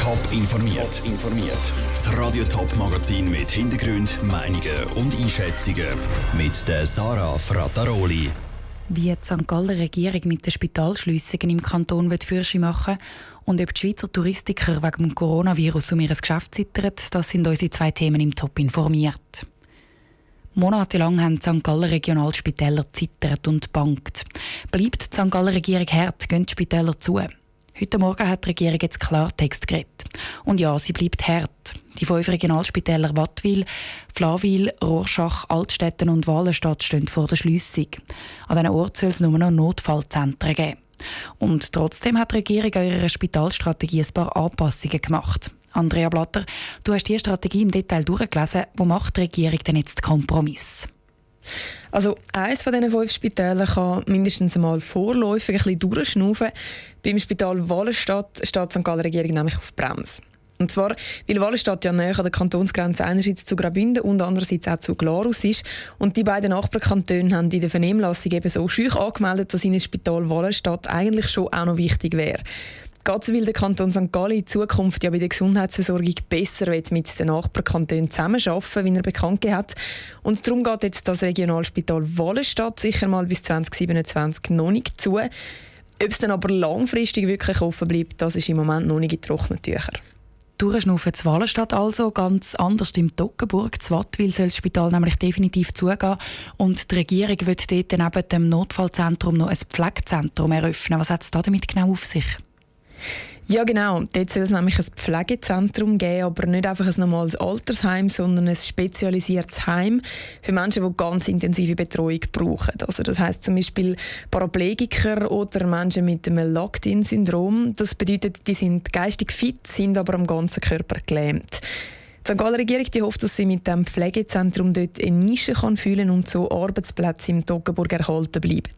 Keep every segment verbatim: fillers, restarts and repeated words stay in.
Top informiert. informiert. Das Radio Top Magazin mit Hintergrund, Meinungen und Einschätzungen mit der Sarah Frataroli. Wie die Sankt Galler Regierung mit den Spitalschliessungen im Kanton Fürsche machen und ob die Schweizer Touristiker wegen dem Coronavirus um ihr Geschäft zittern, das sind unsere zwei Themen im Top informiert. Monatelang haben die Sankt Galler Regionalspitäler zittert und bangt. Bleibt die Sankt Galler Regierung hart, gehen die Spitäler zu. Heute Morgen hat die Regierung jetzt Klartext geredet. Und ja, sie bleibt hart. Die fünf Regionalspitäler Wattwil, Flawil, Rorschach, Altstetten und Walenstadt stehen vor der Schliessung. An diesen Orten soll es nur noch Notfallzentren geben. Und trotzdem hat die Regierung an ihrer Spitalstrategie ein paar Anpassungen gemacht. Andrea Blatter, du hast die Strategie im Detail durchgelesen. Wo macht die Regierung denn jetzt den Kompromiss? Also eines von diesen fünf Spitälern kann mindestens einmal vorläufig ein bisschen durchschnaufen. Beim Spital Walenstadt steht die Sankt Galler Regierung nämlich auf Bremse. Und zwar, weil Walenstadt ja näher an der Kantonsgrenze einerseits zu Graubünden und andererseits auch zu Glarus ist. Und die beiden Nachbarkantone haben in der Vernehmlassung eben so scheu angemeldet, dass ihnen das Spital Walenstadt eigentlich schon auch noch wichtig wäre. Gerade weil der Kanton Sankt Gallen in Zukunft ja bei der Gesundheitsversorgung besser mit den Nachbarkantonen zusammenarbeiten, wie er bekannt gegeben hat. Und darum geht jetzt das Regionalspital Walenstadt sicher mal bis zwanzig siebenundzwanzig noch nicht zu. Ob es dann aber langfristig wirklich offen bleibt, das ist im Moment noch nicht in trockenen Tüchern. Durchschnaufen zu Walenstadt also, ganz anders im Toggenburg. Zu Wattwil soll das Spital nämlich definitiv zugehen. Und die Regierung will dort neben dem Notfallzentrum noch ein Pflegezentrum eröffnen. Was hat es da damit genau auf sich? Ja genau, dort soll es nämlich ein Pflegezentrum geben, aber nicht einfach ein normales Altersheim, sondern ein spezialisiertes Heim für Menschen, die ganz intensive Betreuung brauchen. Also das heisst zum Beispiel Paraplegiker oder Menschen mit einem Locked-in-Syndrom. Das bedeutet, die sind geistig fit, sind aber am ganzen Körper gelähmt. Die Sankt Galler Regierung die hofft, dass sie mit dem Pflegezentrum dort eine Nische kann fühlen und so Arbeitsplätze im Toggenburg erhalten bleiben.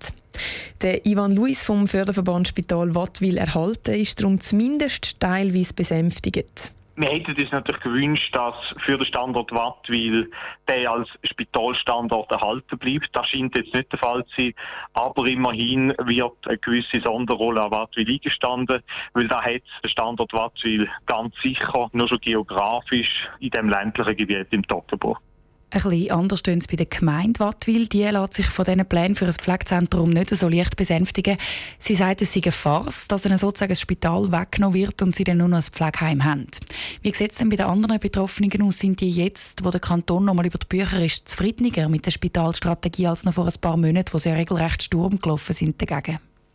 Der Ivan Luis vom Förderverband Spital Wattwil erhalten ist darum zumindest teilweise besänftigt. Wir hätten uns natürlich gewünscht, dass für den Standort Wattwil der als Spitalstandort erhalten bleibt. Das scheint jetzt nicht der Fall zu sein. Aber immerhin wird eine gewisse Sonderrolle an Wattwil eingestanden, weil da hat der Standort Wattwil ganz sicher nur schon geografisch in dem ländlichen Gebiet im Toggenburg. Ein bisschen anders stehen es bei der Gemeinde Wattwil. Die lässt sich von diesen Plänen für ein Pflegezentrum nicht so leicht besänftigen. Sie sagt, es sei eine Farce, dass ihnen sozusagen das Spital weggenommen wird und sie dann nur noch ein Pflegeheim haben. Wie sieht es denn bei den anderen Betroffenen aus? Sind die jetzt, wo der Kanton noch mal über die Bücher ist, zufriedener mit der Spitalstrategie als noch vor ein paar Monaten, wo sie ja regelrecht Sturm gelaufen sind dagegen?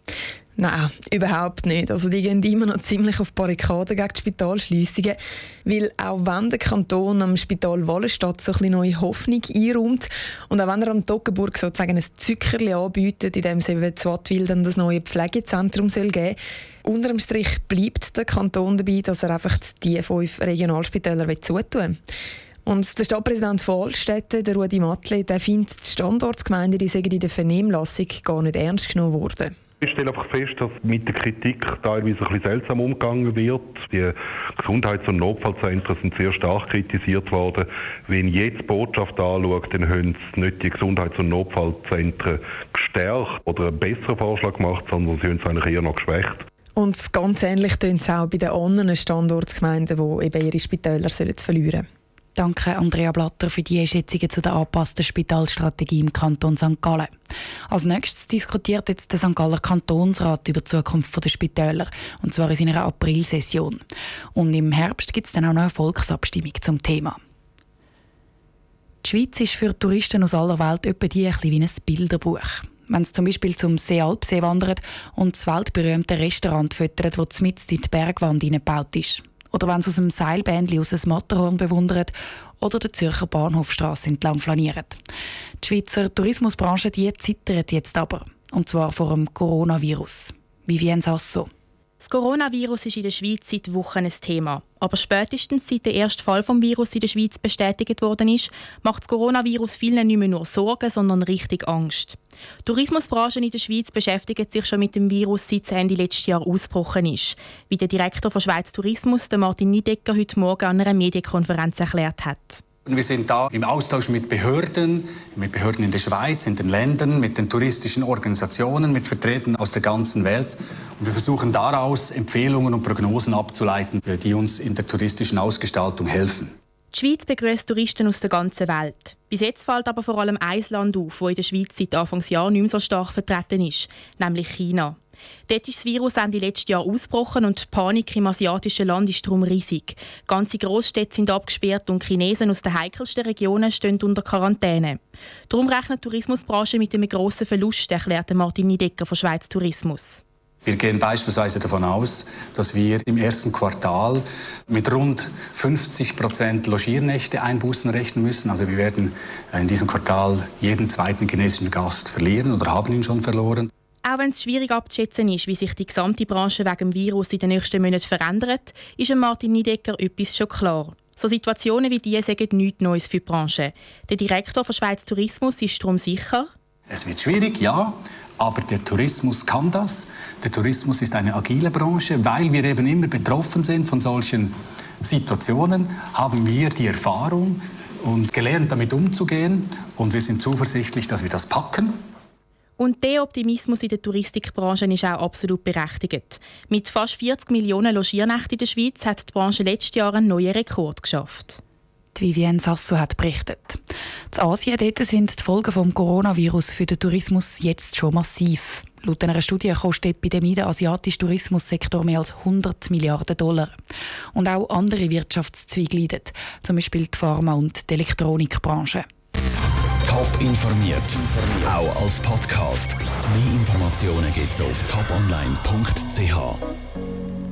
Nein, überhaupt nicht. Also die gehen immer noch ziemlich auf Barrikaden gegen die Spitalschliessungen, weil auch wenn der Kanton am Spital Walenstadt so ein bisschen neue Hoffnung einräumt und auch wenn er am Toggenburg sozusagen ein Zückerli anbietet, in dem es eben zu Wattwil dann das neue Pflegezentrum soll geben, unter dem Strich bleibt der Kanton dabei, dass er einfach die fünf Regionalspitäler zutun will. Und der Stadtpräsident von Altstetten, der Rudi Mattli, der findet, die Standortsgemeinde die seien in der Vernehmlassung gar nicht ernst genommen worden. Ich stelle einfach fest, dass mit der Kritik teilweise ein bisschen seltsam umgegangen wird. Die Gesundheits- und Notfallzentren sind sehr stark kritisiert worden. Wenn ich jetzt die Botschaft anschaue, dann haben sie nicht die Gesundheits- und Notfallzentren gestärkt oder einen besseren Vorschlag gemacht, sondern sie haben es eigentlich eher noch geschwächt. Und ganz ähnlich tun es auch bei den anderen Standortsgemeinden, die eben ihre Spitäler verlieren sollen. Danke Andrea Blatter für die Einschätzungen zu der angepassten Spitalstrategie im Kanton Sankt Gallen. Als nächstes diskutiert jetzt der Sankt Galler Kantonsrat über die Zukunft der Spitäler, und zwar in seiner Aprilsession. Und im Herbst gibt es dann auch noch eine Volksabstimmung zum Thema. Die Schweiz ist für Touristen aus aller Welt etwa die ein bisschen wie ein Bilderbuch. Wenn sie zum Beispiel zum Seealpsee wandern und das weltberühmte Restaurant füttern, das mitten in die Bergwand hineingebaut ist. Oder wenn sie aus dem Seilbändli aus dem Matterhorn bewundern oder der Zürcher Bahnhofstrasse entlang flanieren. Die Schweizer Tourismusbranche die zittert jetzt aber. Und zwar vor dem Coronavirus. Vivienne Sasso. Das Coronavirus ist in der Schweiz seit Wochen ein Thema. Aber spätestens seit der erste Fall des Virus in der Schweiz bestätigt worden ist, macht das Coronavirus vielen nicht mehr nur Sorgen, sondern richtig Angst. Die Tourismusbranche in der Schweiz beschäftigt sich schon mit dem Virus, seit es Ende letzten Jahr ausgebrochen ist. Wie der Direktor von Schweiz Tourismus, Martin Niedecker, heute Morgen an einer Medienkonferenz erklärt hat. Wir sind da im Austausch mit Behörden, mit Behörden in der Schweiz, in den Ländern, mit den touristischen Organisationen, mit Vertretern aus der ganzen Welt. Und wir versuchen daraus Empfehlungen und Prognosen abzuleiten, die uns in der touristischen Ausgestaltung helfen. Die Schweiz begrüßt Touristen aus der ganzen Welt. Bis jetzt fällt aber vor allem ein Land auf, das in der Schweiz seit Anfangsjahr nicht mehr so stark vertreten ist, nämlich China. Dort ist das Virus Ende letzten Jahr ausgebrochen und die Panik im asiatischen Land ist darum riesig. Ganze Großstädte sind abgesperrt und Chinesen aus den heikelsten Regionen stehen unter Quarantäne. Darum rechnet die Tourismusbranche mit einem grossen Verlust, erklärte Martin Niedecker von Schweiz Tourismus. Wir gehen beispielsweise davon aus, dass wir im ersten Quartal mit rund fünfzig Prozent Logiernächte Einbußen rechnen müssen. Also wir werden in diesem Quartal jeden zweiten chinesischen Gast verlieren oder haben ihn schon verloren. Auch wenn es schwierig abzuschätzen ist, wie sich die gesamte Branche wegen dem Virus in den nächsten Monaten verändert, ist Martin Niedecker etwas schon klar. So Situationen wie diese sagen nichts Neues für die Branche. Der Direktor von Schweiz Tourismus ist darum sicher: Es wird schwierig, ja, aber der Tourismus kann das. Der Tourismus ist eine agile Branche. Weil wir eben immer betroffen sind von solchen Situationen, haben wir die Erfahrung und gelernt, damit umzugehen. Und wir sind zuversichtlich, dass wir das packen. Und der Optimismus in der Touristikbranche ist auch absolut berechtigt. Mit fast vierzig Millionen Logiernächten in der Schweiz hat die Branche letztes Jahr einen neuen Rekord geschafft. Die Vivienne Sasso hat berichtet. In Asien dort sind die Folgen des Coronavirus für den Tourismus jetzt schon massiv. Laut einer Studie kostet die Epidemie den asiatischen Tourismussektor mehr als hundert Milliarden Dollar. Und auch andere Wirtschaftszweige leiden, zum Beispiel die Pharma- und die Elektronikbranche. Top informiert, auch als Podcast. Mehr Informationen gibt's auf top online punkt c h.